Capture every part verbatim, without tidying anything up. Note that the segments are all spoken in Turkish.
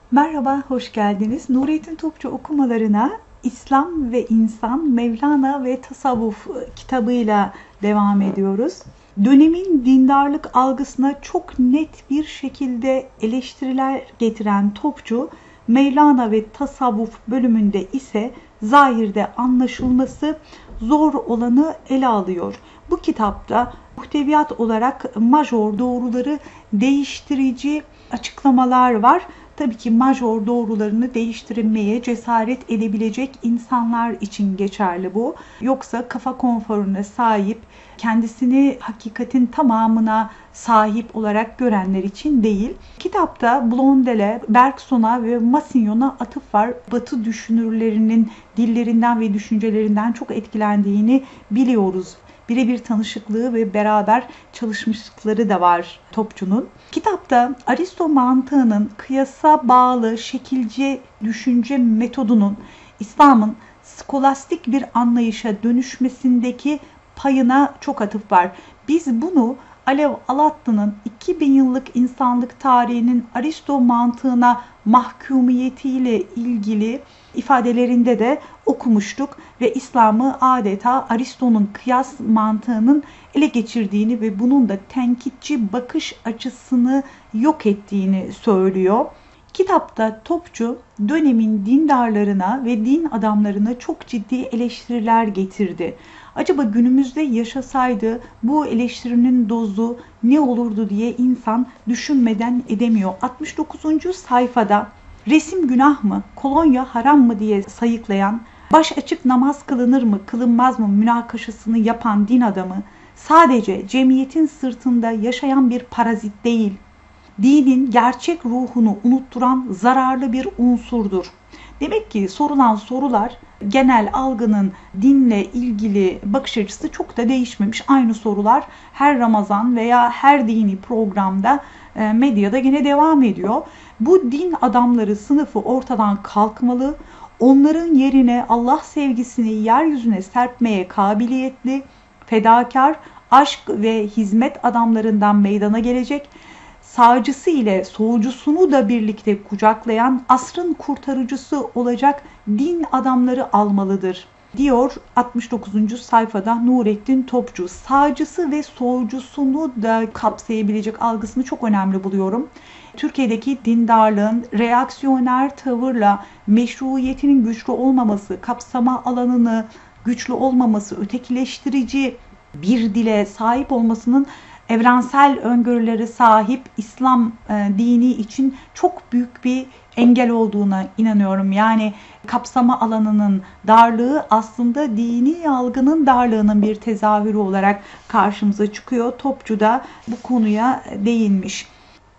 Merhaba, hoş geldiniz. Nurettin Topçu okumalarına İslam ve İnsan, Mevlana ve Tasavvuf kitabıyla devam ediyoruz. Dönemin dindarlık algısına çok net bir şekilde eleştiriler getiren Topçu, Mevlana ve Tasavvuf bölümünde ise zahirde anlaşılması zor olanı ele alıyor. Bu kitapta muhteviyat olarak major doğruları değiştirici açıklamalar var. Tabii ki major doğrularını değiştirmeye cesaret edebilecek insanlar için geçerli bu. Yoksa kafa konforuna sahip, kendisini hakikatin tamamına sahip olarak görenler için değil. Kitapta Blondele, Bergson'a ve Massignon'a atıf var. Batı düşünürlerinin dillerinden ve düşüncelerinden çok etkilendiğini biliyoruz. Birebir tanışıklığı ve beraber çalışmışlıkları da var Topçu'nun. Kitapta Aristo mantığının kıyasa bağlı şekilci düşünce metodunun İslam'ın skolastik bir anlayışa dönüşmesindeki payına çok atıf var. Biz bunu Alev Alatlı'nın iki bin yıllık insanlık tarihinin Aristo mantığına mahkumiyetiyle ilgili ifadelerinde de okumuştuk ve İslam'ı adeta Aristo'nun kıyas mantığının ele geçirdiğini ve bunun da tenkitçi bakış açısını yok ettiğini söylüyor. Kitapta Topçu dönemin dindarlarına ve din adamlarına çok ciddi eleştiriler getirdi. Acaba günümüzde yaşasaydı bu eleştirinin dozu ne olurdu diye insan düşünmeden edemiyor. altmış dokuzuncu sayfada resim günah mı, kolonya haram mı diye sayıklayan, baş açık namaz kılınır mı, kılınmaz mı münakaşasını yapan din adamı sadece cemiyetin sırtında yaşayan bir parazit değil, dinin gerçek ruhunu unutturan zararlı bir unsurdur. Demek ki sorulan sorular, genel algının dinle ilgili bakış açısı çok da değişmemiş. Aynı sorular her Ramazan veya her dini programda medyada yine devam ediyor. Bu din adamları sınıfı ortadan kalkmalı. Onların yerine Allah sevgisini yeryüzüne serpmeye kabiliyetli, fedakar, aşk ve hizmet adamlarından meydana gelecek, sağcısı ile solcusunu da birlikte kucaklayan asrın kurtarıcısı olacak din adamları almalıdır, diyor altmış dokuzuncu sayfada Nurettin Topçu. Sağcısı ve solcusunu da kapsayabilecek algısını çok önemli buluyorum. Türkiye'deki dindarlığın reaksiyoner tavırla meşruiyetinin güçlü olmaması, kapsama alanını güçlü olmaması, ötekileştirici bir dile sahip olmasının evrensel öngörüleri sahip İslam e, dini için çok büyük bir engel olduğuna inanıyorum. Yani kapsama alanının darlığı aslında dini algının darlığının bir tezahürü olarak karşımıza çıkıyor. Topçu da bu konuya değinmiş.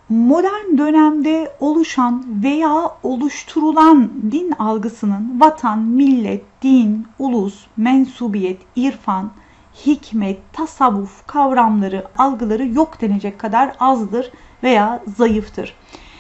Modern dönemde oluşan veya oluşturulan din algısının vatan, millet, din, ulus, mensubiyet, irfan, hikmet, tasavvuf kavramları, algıları yok denecek kadar azdır veya zayıftır.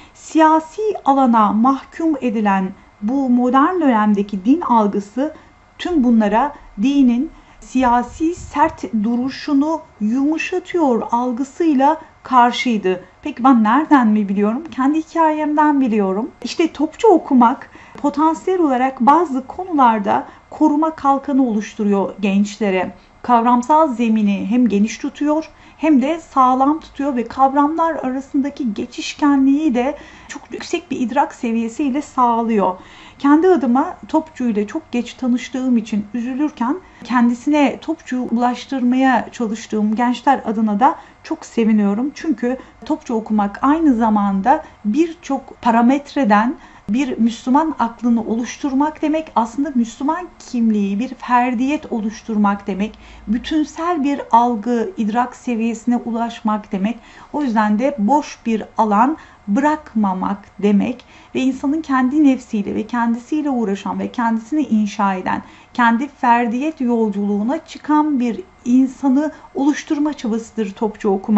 Siyasi alana mahkum edilen bu modern dönemdeki din algısı tüm bunlara dinin siyasi sert duruşunu yumuşatıyor algısıyla karşıydı. Peki ben nereden mi biliyorum? Kendi hikayemden biliyorum. İşte Topçu okumak potansiyel olarak bazı konularda koruma kalkanı oluşturuyor gençlere. Kavramsal zemini hem geniş tutuyor hem de sağlam tutuyor ve kavramlar arasındaki geçişkenliği de çok yüksek bir idrak seviyesiyle sağlıyor. Kendi adıma Topçu ile çok geç tanıştığım için üzülürken kendisine Topçu'yu ulaştırmaya çalıştığım gençler adına da çok seviniyorum. Çünkü Topçu okumak aynı zamanda birçok parametreden bir Müslüman aklını oluşturmak demek, aslında Müslüman kimliği, bir ferdiyet oluşturmak demek, bütünsel bir algı, idrak seviyesine ulaşmak demek. O yüzden de boş bir alan bırakmamak demek ve insanın kendi nefsiyle ve kendisiyle uğraşan ve kendisini inşa eden, kendi ferdiyet yolculuğuna çıkan bir insanı oluşturma çabasıdır Topçu okumak.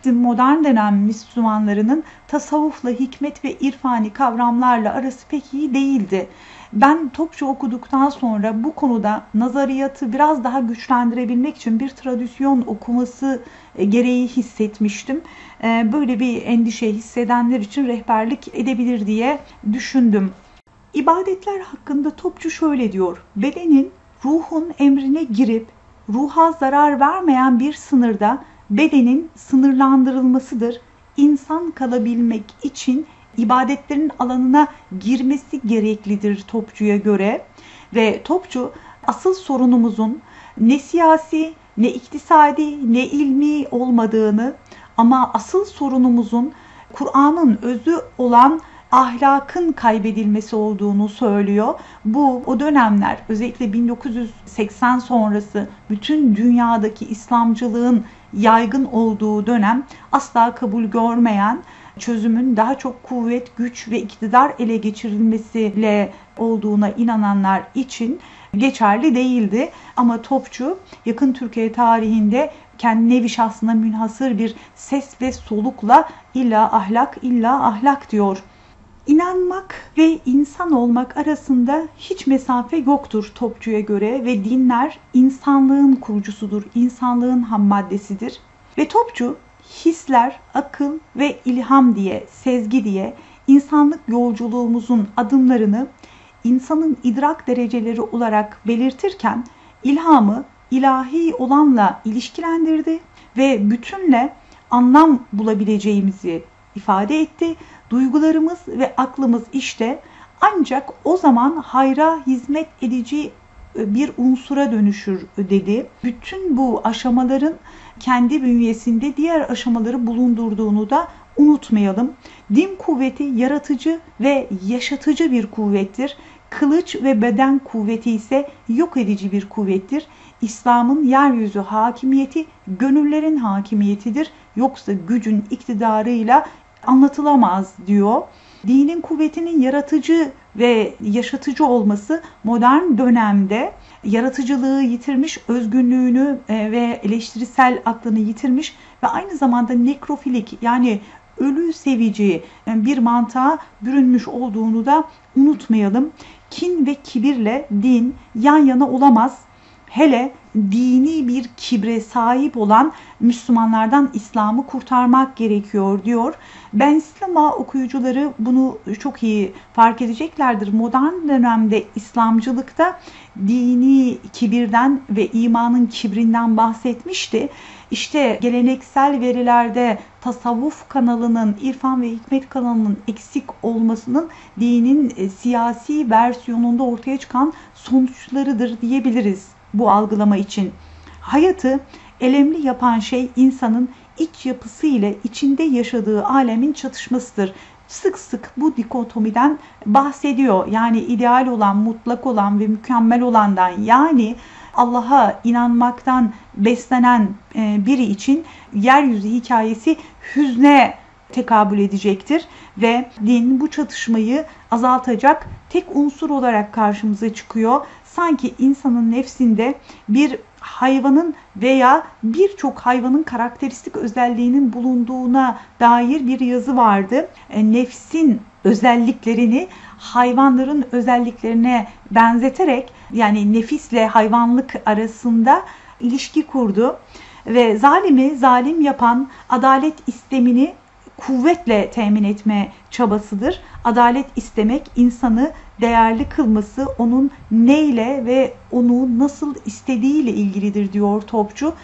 Modern dönem Müslümanlarının tasavvufla, hikmet ve irfani kavramlarla arası pek iyi değildi. Ben Topçu okuduktan sonra bu konuda nazariyatı biraz daha güçlendirebilmek için bir tradisyon okuması gereği hissetmiştim. Böyle bir endişe hissedenler için rehberlik edebilir diye düşündüm. İbadetler hakkında Topçu şöyle diyor: bedenin ruhun emrine girip ruha zarar vermeyen bir sınırda bedenin sınırlandırılmasıdır. İnsan kalabilmek için ibadetlerin alanına girmesi gereklidir Topçu'ya göre. Ve Topçu asıl sorunumuzun ne siyasi, ne iktisadi, ne ilmi olmadığını, ama asıl sorunumuzun Kur'an'ın özü olan ahlakın kaybedilmesi olduğunu söylüyor. Bu o dönemler, özellikle bin dokuz yüz seksen sonrası bütün dünyadaki İslamcılığın yaygın olduğu dönem, asla kabul görmeyen, çözümün daha çok kuvvet, güç ve iktidar ele geçirilmesiyle olduğuna inananlar için geçerli değildi. Ama Topçu yakın Türkiye tarihinde kendi nevi şahsına münhasır bir ses ve solukla illa ahlak, illa ahlak diyor. İnanmak ve insan olmak arasında hiç mesafe yoktur Topçu'ya göre ve dinler insanlığın kurucusudur, insanlığın ham maddesidir. Ve Topçu hisler, akıl ve ilham diye, sezgi diye insanlık yolculuğumuzun adımlarını insanın idrak dereceleri olarak belirtirken ilhamı ilahi olanla ilişkilendirdi ve bütünle anlam bulabileceğimizi ifade etti. Duygularımız ve aklımız işte ancak o zaman hayra hizmet edici bir unsura dönüşür dedi. Bütün bu aşamaların kendi bünyesinde diğer aşamaları bulundurduğunu da unutmayalım. Din kuvveti yaratıcı ve yaşatıcı bir kuvvettir. Kılıç ve beden kuvveti ise yok edici bir kuvvettir. İslam'ın yeryüzü hakimiyeti gönüllerin hakimiyetidir. Yoksa gücün iktidarıyla anlatılamaz diyor. Dinin kuvvetinin yaratıcı ve yaşatıcı olması modern dönemde yaratıcılığı yitirmiş, özgünlüğünü ve eleştirisel aklını yitirmiş ve aynı zamanda nekrofilik, yani ölü sevici bir mantığa bürünmüş olduğunu da unutmayalım. Kin ve kibirle din yan yana olamaz. Hele dini bir kibre sahip olan Müslümanlardan İslam'ı kurtarmak gerekiyor diyor. Ben İslam'a okuyucuları bunu çok iyi fark edeceklerdir. Modern dönemde İslamcılıkta dini kibirden ve imanın kibrinden bahsetmişti. İşte geleneksel verilerde tasavvuf kanalının, irfan ve hikmet kanalının eksik olmasının dinin siyasi versiyonunda ortaya çıkan sonuçlarıdır diyebiliriz bu algılama için. Hayatı elemli yapan şey insanın iç yapısı ile içinde yaşadığı alemin çatışmasıdır. Sık sık bu dikotomiden bahsediyor. Yani ideal olan, mutlak olan ve mükemmel olandan, yani Allah'a inanmaktan beslenen biri için yeryüzü hikayesi hüzne tekabül edecektir ve din bu çatışmayı azaltacak tek unsur olarak karşımıza çıkıyor. Sanki insanın nefsinde bir hayvanın veya birçok hayvanın karakteristik özelliğinin bulunduğuna dair bir yazı vardı. Nefsin özelliklerini hayvanların özelliklerine benzeterek, yani nefisle hayvanlık arasında ilişki kurdu ve zalimi zalim yapan adalet istemini kuvvetle temin etme çabasıdır. Adalet istemek insanı değerli kılması, onun neyle ve onu nasıl istediğiyle ilgilidir diyor Topçu.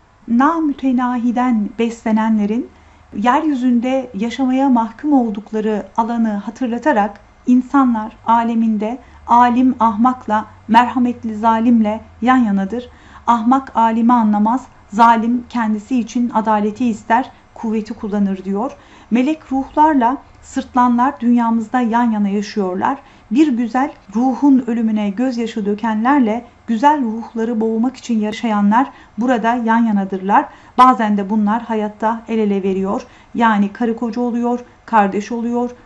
Namütenahiden beslenenlerin yeryüzünde yaşamaya mahkum oldukları alanı hatırlatarak insanlar aleminde alim ahmakla, merhametli zalimle yan yanadır. Ahmak alimi anlamaz, zalim kendisi için adaleti ister, kuvveti kullanır diyor. Melek ruhlarla sırtlanlar dünyamızda yan yana yaşıyorlar. Bir güzel ruhun ölümüne gözyaşı dökenlerle güzel ruhları boğmak için yaşayanlar burada yan yanadırlar. Bazen de bunlar hayatta el ele veriyor. Yani karı koca oluyor, kardeş oluyor,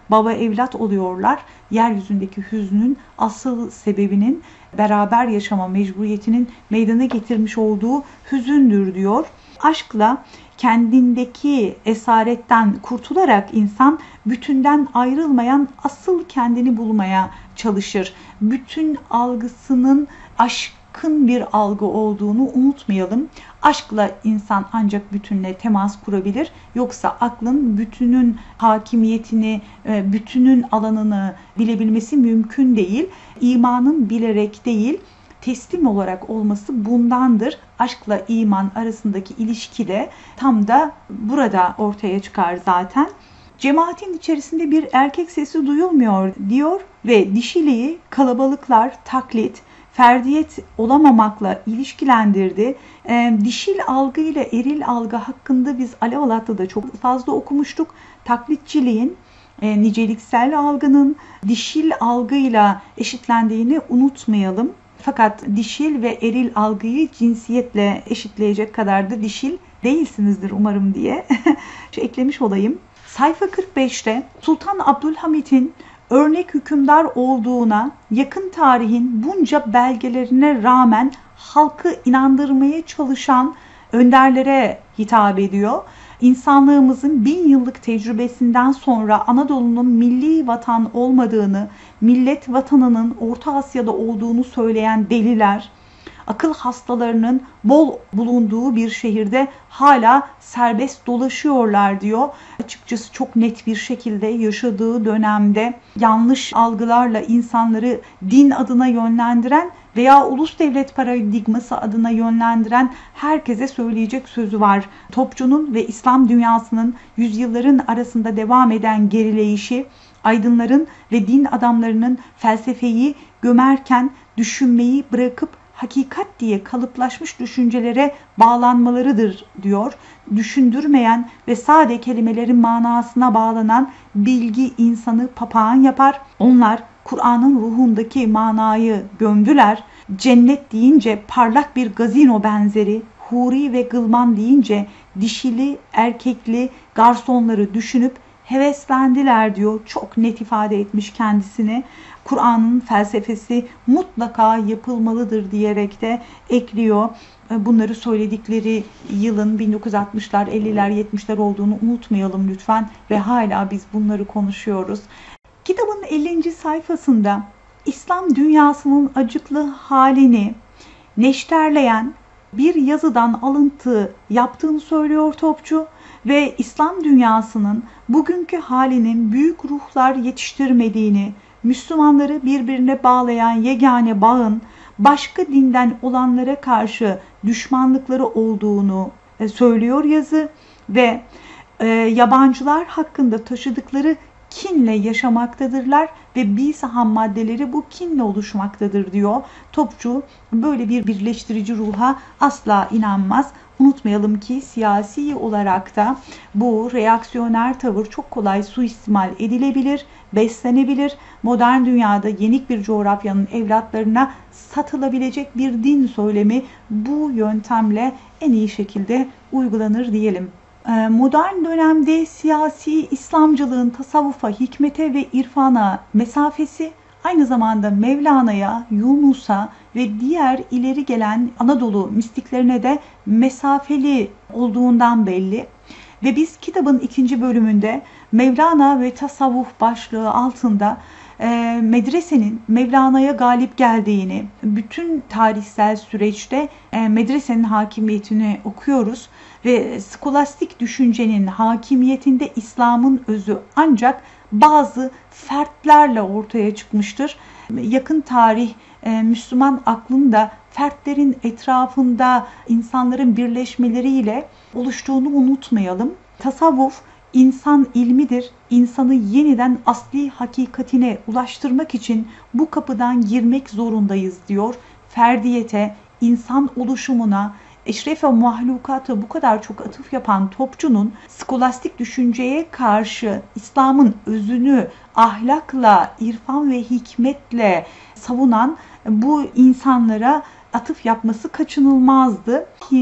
baba evlat oluyorlar. Yeryüzündeki hüznün asıl sebebinin beraber yaşama mecburiyetinin meydana getirmiş olduğu hüzündür diyor. Aşkla kendindeki esaretten kurtularak insan bütünden ayrılmayan asıl kendini bulmaya çalışır. Bütün algısının aşkın bir algı olduğunu unutmayalım. Aşkla insan ancak bütünle temas kurabilir. Yoksa aklın bütünün hakimiyetini, bütünün alanını bilebilmesi mümkün değil. İmanın bilerek değil, teslim olarak olması bundandır. Aşkla iman arasındaki ilişki de tam da burada ortaya çıkar zaten. Cemaatin içerisinde bir erkek sesi duyulmuyor diyor ve dişiliği kalabalıklar, taklit, ferdiyet olamamakla ilişkilendirdi. E, dişil algı ile eril algı hakkında biz Alev-Alat'ta da çok fazla okumuştuk. Taklitçiliğin, e, niceliksel algının dişil algıyla eşitlendiğini unutmayalım. Fakat dişil ve eril algıyı cinsiyetle eşitleyecek kadar da dişil değilsinizdir umarım diye eklemiş olayım. Sayfa kırk beşte Sultan Abdülhamit'in örnek hükümdar olduğuna, yakın tarihin bunca belgelerine rağmen halkı inandırmaya çalışan önderlere hitap ediyor. İnsanlığımızın bin yıllık tecrübesinden sonra Anadolu'nun milli vatan olmadığını, millet vatanının Orta Asya'da olduğunu söyleyen deliler, akıl hastalarının bol bulunduğu bir şehirde hala serbest dolaşıyorlar diyor. Açıkçası çok net bir şekilde yaşadığı dönemde yanlış algılarla insanları din adına yönlendiren veya ulus devlet paradigması adına yönlendiren herkese söyleyecek sözü var. Topçunun ve İslam dünyasının yüzyılların arasında devam eden gerileyişi, aydınların ve din adamlarının felsefeyi gömerken düşünmeyi bırakıp hakikat diye kalıplaşmış düşüncelere bağlanmalarıdır diyor. Düşündürmeyen ve sade kelimelerin manasına bağlanan bilgi insanı papağan yapar. Onlar Kur'an'ın ruhundaki manayı gömdüler. Cennet deyince parlak bir gazino benzeri, huri ve gılman deyince dişili, erkekli garsonları düşünüp heveslendiler diyor. Çok net ifade etmiş kendisini. Kur'an'ın felsefesi mutlaka yapılmalıdır diyerek de ekliyor. Bunları söyledikleri yılın bin dokuz yüz altmışlar, elliler, yetmişler olduğunu unutmayalım lütfen ve hala biz bunları konuşuyoruz. Kitabın ellinci sayfasında İslam dünyasının acıklı halini neşterleyen bir yazıdan alıntı yaptığını söylüyor Topçu ve İslam dünyasının bugünkü halinin büyük ruhlar yetiştirmediğini, Müslümanları birbirine bağlayan yegane bağın başka dinden olanlara karşı düşmanlıkları olduğunu söylüyor yazı ve e, yabancılar hakkında taşıdıkları kinle yaşamaktadırlar ve biz ham maddeleri bu kinle oluşmaktadır diyor. Topçu böyle bir birleştirici ruha asla inanmaz. Unutmayalım ki siyasi olarak da bu reaksiyoner tavır çok kolay suistimal edilebilir, beslenebilir. Modern dünyada yenik bir coğrafyanın evlatlarına satılabilecek bir din söylemi bu yöntemle en iyi şekilde uygulanır diyelim. Modern dönemde siyasi İslamcılığın tasavvufa, hikmete ve irfana mesafesi aynı zamanda Mevlana'ya, Yunus'a ve diğer ileri gelen Anadolu mistiklerine de mesafeli olduğundan belli. Ve biz kitabın ikinci bölümünde Mevlana ve tasavvuf başlığı altında e, medresenin Mevlana'ya galip geldiğini, bütün tarihsel süreçte e, medresenin hakimiyetini okuyoruz. Ve skolastik düşüncenin hakimiyetinde İslam'ın özü ancak bazı fertlerle ortaya çıkmıştır. Yakın tarih e, Müslüman aklında fertlerin etrafında insanların birleşmeleriyle oluştuğunu unutmayalım. Tasavvuf insan ilmidir. İnsanı yeniden asli hakikatine ulaştırmak için bu kapıdan girmek zorundayız diyor. Ferdiyete, insan oluşumuna, eşref ve mahlukata bu kadar çok atıf yapan Topçu'nun skolastik düşünceye karşı İslam'ın özünü ahlakla, irfan ve hikmetle savunan bu insanlara atıf yapması kaçınılmazdı.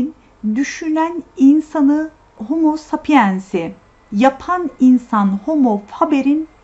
Düşünen insanı homo sapiens'i, yapan insan homo faber'in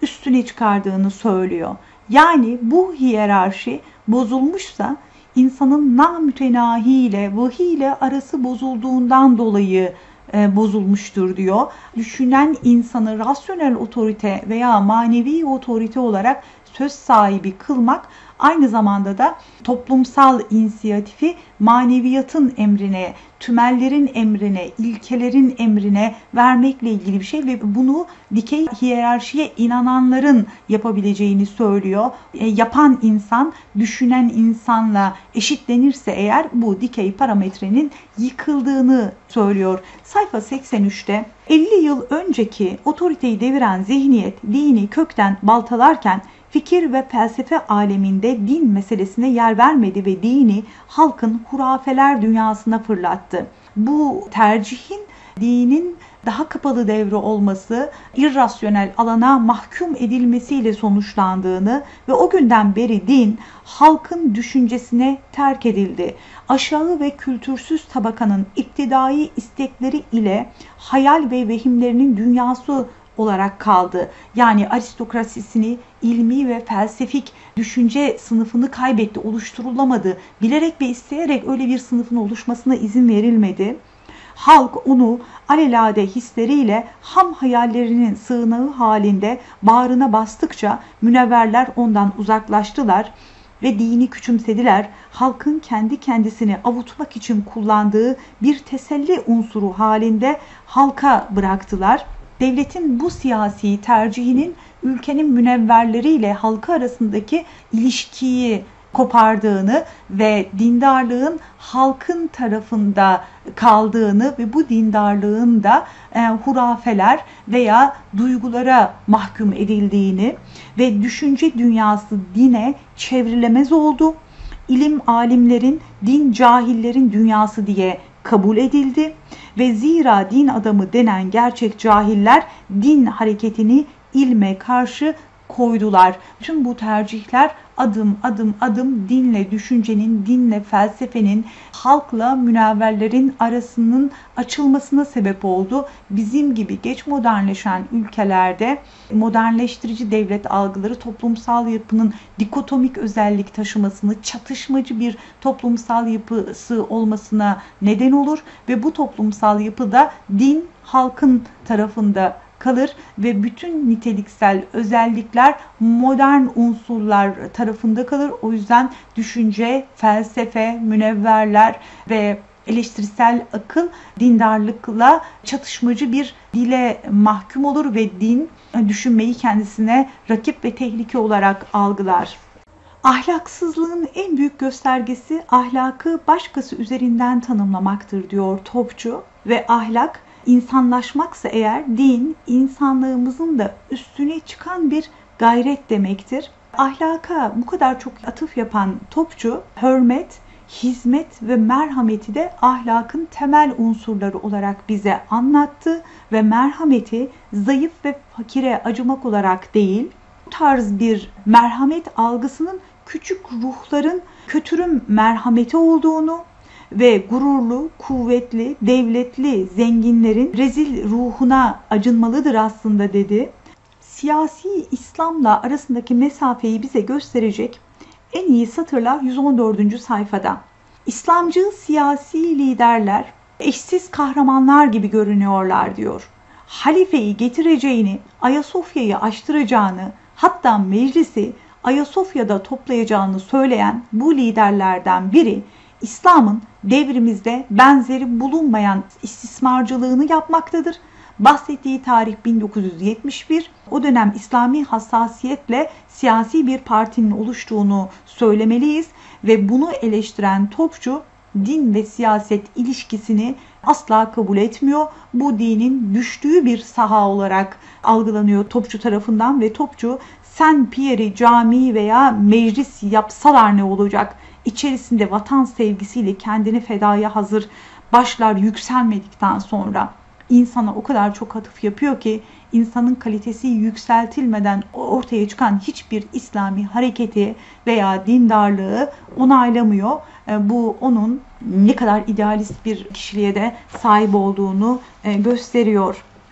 üstüne çıkardığını söylüyor. Yani bu hiyerarşi bozulmuşsa insanın namütenahi ile vahiy ile arası bozulduğundan dolayı e, bozulmuştur diyor. Düşünen insanı rasyonel otorite veya manevi otorite olarak söz sahibi kılmak aynı zamanda da toplumsal inisiyatifi maneviyatın emrine, tümellerin emrine, ilkelerin emrine vermekle ilgili bir şey ve bunu dikey hiyerarşiye inananların yapabileceğini söylüyor. E, yapan insan, düşünen insanla eşitlenirse eğer bu dikey parametrenin yıkıldığını söylüyor. Sayfa seksen üçte elli yıl önceki otoriteyi deviren zihniyet dini kökten baltalarken fikir ve felsefe aleminde din meselesine yer vermedi ve dini halkın hurafeler dünyasına fırlattı. Bu tercihin dinin daha kapalı devre olması, irrasyonel alana mahkum edilmesiyle sonuçlandığını ve o günden beri din halkın düşüncesine terk edildi. Aşağı ve kültürsüz tabakanın iktidai istekleri ile hayal ve vehimlerinin dünyası olarak kaldı. Yani aristokrasisini, ilmi ve felsefik düşünce sınıfını kaybetti, oluşturulamadı. Bilerek ve isteyerek öyle bir sınıfın oluşmasına izin verilmedi. Halk onu alelade hisleriyle ham hayallerinin sığınağı halinde bağrına bastıkça münevverler ondan uzaklaştılar ve dini küçümsediler. Halkın kendi kendisini avutmak için kullandığı bir teselli unsuru halinde halka bıraktılar. Devletin bu siyasi tercihinin ülkenin münevverleriyle halkı arasındaki ilişkiyi kopardığını ve dindarlığın halkın tarafında kaldığını ve bu dindarlığın da e, hurafeler veya duygulara mahkum edildiğini ve düşünce dünyası dine çevrilemez oldu. İlim alimlerin, din cahillerin dünyası diye kabul edildi ve zira din adamı denen gerçek cahiller din hareketini ilme karşı koydular. Tüm bu tercihler adım adım adım dinle düşüncenin, dinle felsefenin, halkla münevverlerin arasının açılmasına sebep oldu. Bizim gibi geç modernleşen ülkelerde modernleştirici devlet algıları toplumsal yapının dikotomik özellik taşımasını, çatışmacı bir toplumsal yapısı olmasına neden olur ve bu toplumsal yapıda din halkın tarafında kalır ve bütün niteliksel özellikler modern unsurlar tarafında kalır. O yüzden düşünce, felsefe, münevverler ve eleştirisel akıl dindarlıkla çatışmacı bir dile mahkum olur ve din düşünmeyi kendisine rakip ve tehlike olarak algılar. Ahlaksızlığın en büyük göstergesi ahlakı başkası üzerinden tanımlamaktır diyor Topçu ve ahlak İnsanlaşmaksa eğer din insanlığımızın da üstüne çıkan bir gayret demektir. Ahlaka bu kadar çok atıf yapan Topçu, hürmet, hizmet ve merhameti de ahlakın temel unsurları olarak bize anlattı ve merhameti zayıf ve fakire acımak olarak değil, bu tarz bir merhamet algısının küçük ruhların kötürüm merhameti olduğunu ve gururlu, kuvvetli, devletli zenginlerin rezil ruhuna acınmalıdır aslında dedi. Siyasi İslam'la arasındaki mesafeyi bize gösterecek en iyi satırlar yüz on dördüncü sayfada. İslamcı siyasi liderler eşsiz kahramanlar gibi görünüyorlar diyor. Halifeyi getireceğini, Ayasofya'yı açtıracağını, hatta meclisi Ayasofya'da toplayacağını söyleyen bu liderlerden biri İslam'ın devrimizde benzeri bulunmayan istismarcılığını yapmaktadır. Bahsettiği tarih bin dokuz yüz yetmiş bir, o dönem İslami hassasiyetle siyasi bir partinin oluştuğunu söylemeliyiz ve bunu eleştiren Topçu din ve siyaset ilişkisini asla kabul etmiyor. Bu dinin düştüğü bir saha olarak algılanıyor Topçu tarafından ve Topçu sen Pierre'i cami veya meclis yapsalar ne olacak? İçerisinde vatan sevgisiyle kendini fedaya hazır başlar yükselmedikten sonra insana o kadar çok atıf yapıyor ki insanın kalitesi yükseltilmeden ortaya çıkan hiçbir İslami hareketi veya dindarlığı onaylamıyor. Bu onun ne kadar idealist bir kişiliğe de sahip olduğunu gösteriyor.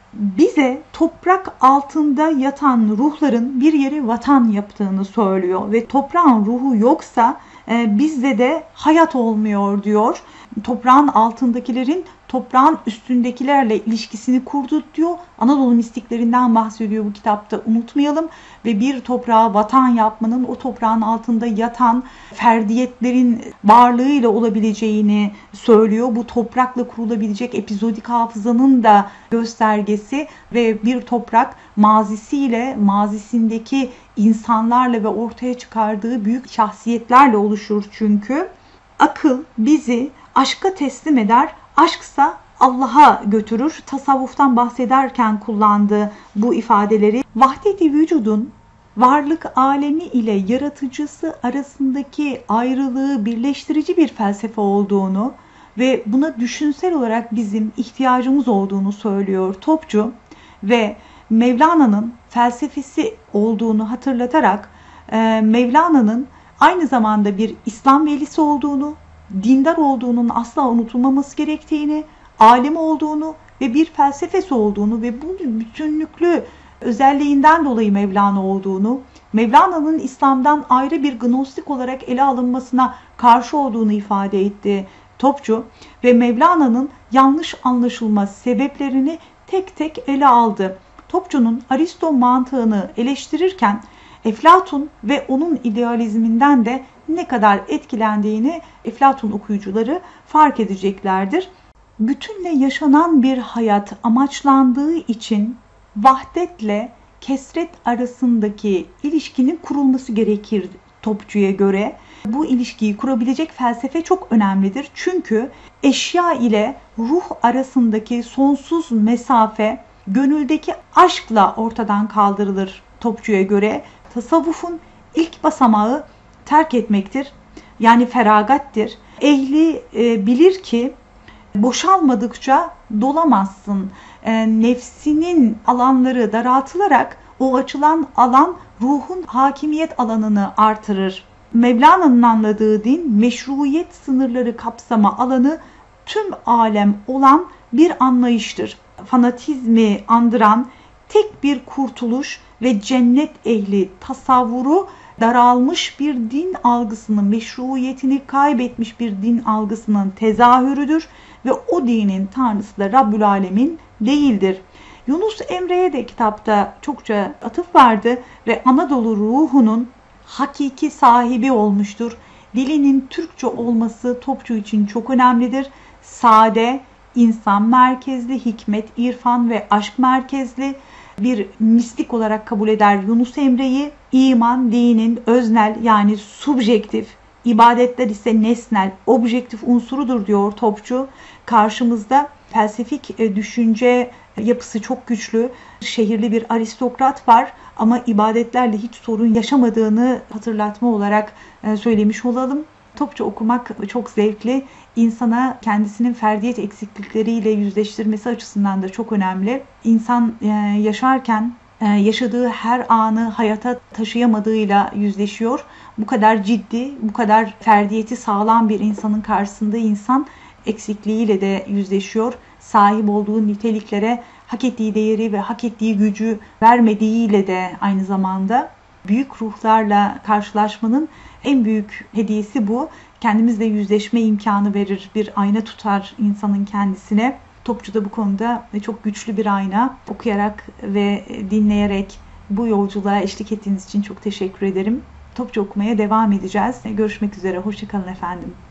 bize toprak altında yatan ruhların bir yeri vatan yaptığını söylüyor ve toprağın ruhu yoksa e, bizde de hayat olmuyor diyor. Toprağın altındakilerin toprağın üstündekilerle ilişkisini kurdu diyor. Anadolu mistiklerinden bahsediyor bu kitapta, unutmayalım. Ve bir toprağa vatan yapmanın o toprağın altında yatan ferdiyetlerin varlığıyla olabileceğini söylüyor. Bu toprakla kurulabilecek epizodik hafızanın da göstergesi ve bir toprak mazisiyle, mazisindeki insanlarla ve ortaya çıkardığı büyük şahsiyetlerle oluşur çünkü. Akıl bizi aşka teslim eder, aşksa Allah'a götürür. Tasavvuftan bahsederken kullandığı bu ifadeleri, vahdet-i vücudun varlık alemi ile yaratıcısı arasındaki ayrılığı birleştirici bir felsefe olduğunu ve buna düşünsel olarak bizim ihtiyacımız olduğunu söylüyor Topçu ve Mevlana'nın felsefesi olduğunu hatırlatarak Mevlana'nın aynı zamanda bir İslam velisi olduğunu, dindar olduğunun asla unutulmaması gerektiğini, alim olduğunu ve bir felsefesi olduğunu ve bu bütünlüklü özelliğinden dolayı Mevlana olduğunu, Mevlana'nın İslam'dan ayrı bir gnostik olarak ele alınmasına karşı olduğunu ifade etti Topçu ve Mevlana'nın yanlış anlaşılma sebeplerini tek tek ele aldı. Topçu'nun Aristo mantığını eleştirirken Eflatun ve onun idealizminden de ne kadar etkilendiğini Eflatun okuyucuları fark edeceklerdir. Bütünle yaşanan bir hayat amaçlandığı için vahdetle kesret arasındaki ilişkinin kurulması gerekir Topçu'ya göre. Bu ilişkiyi kurabilecek felsefe çok önemlidir. Çünkü eşya ile ruh arasındaki sonsuz mesafe gönüldeki aşkla ortadan kaldırılır Topçu'ya göre. Tasavvufun ilk basamağı terk etmektir. Yani feragattir. Ehli e, bilir ki boşalmadıkça dolamazsın. E, nefsinin alanları daraltılarak o açılan alan ruhun hakimiyet alanını artırır. Mevlana'nın anladığı din meşruiyet sınırları kapsama alanı tüm alem olan bir anlayıştır. Fanatizmi andıran tek bir kurtuluş ve cennet ehli tasavvuru daralmış bir din algısının, meşruiyetini kaybetmiş bir din algısının tezahürüdür ve o dinin tanrısı da Rabbül Alemin değildir. Yunus Emre'ye de kitapta çokça atıf vardı ve Anadolu ruhunun hakiki sahibi olmuştur. Dilinin Türkçe olması Topçu için çok önemlidir. Sade, insan merkezli, hikmet, irfan ve aşk merkezli bir mistik olarak kabul eder Yunus Emre'yi. İman, dinin öznel yani subjektif, ibadetler ise nesnel, objektif unsurudur diyor Topçu. Karşımızda felsefik düşünce yapısı çok güçlü, şehirli bir aristokrat var ama ibadetlerle hiç sorun yaşamadığını hatırlatma olarak söylemiş olalım. Topçu okumak çok zevkli. İnsana kendisinin ferdiyet eksiklikleriyle yüzleştirmesi açısından da çok önemli. İnsan yaşarken yaşadığı her anı hayata taşıyamadığıyla yüzleşiyor. Bu kadar ciddi, bu kadar ferdiyeti sağlam bir insanın karşısında insan eksikliğiyle de yüzleşiyor. Sahip olduğu niteliklere hak ettiği değeri ve hak ettiği gücü vermediğiyle de aynı zamanda büyük ruhlarla karşılaşmanın en büyük hediyesi bu. Kendimizle yüzleşme imkanı verir, bir ayna tutar insanın kendisine. Topçu da bu konuda çok güçlü bir ayna. Okuyarak ve dinleyerek bu yolculuğa eşlik ettiğiniz için çok teşekkür ederim. Topçu okumaya devam edeceğiz. Görüşmek üzere. Hoşça kalın efendim.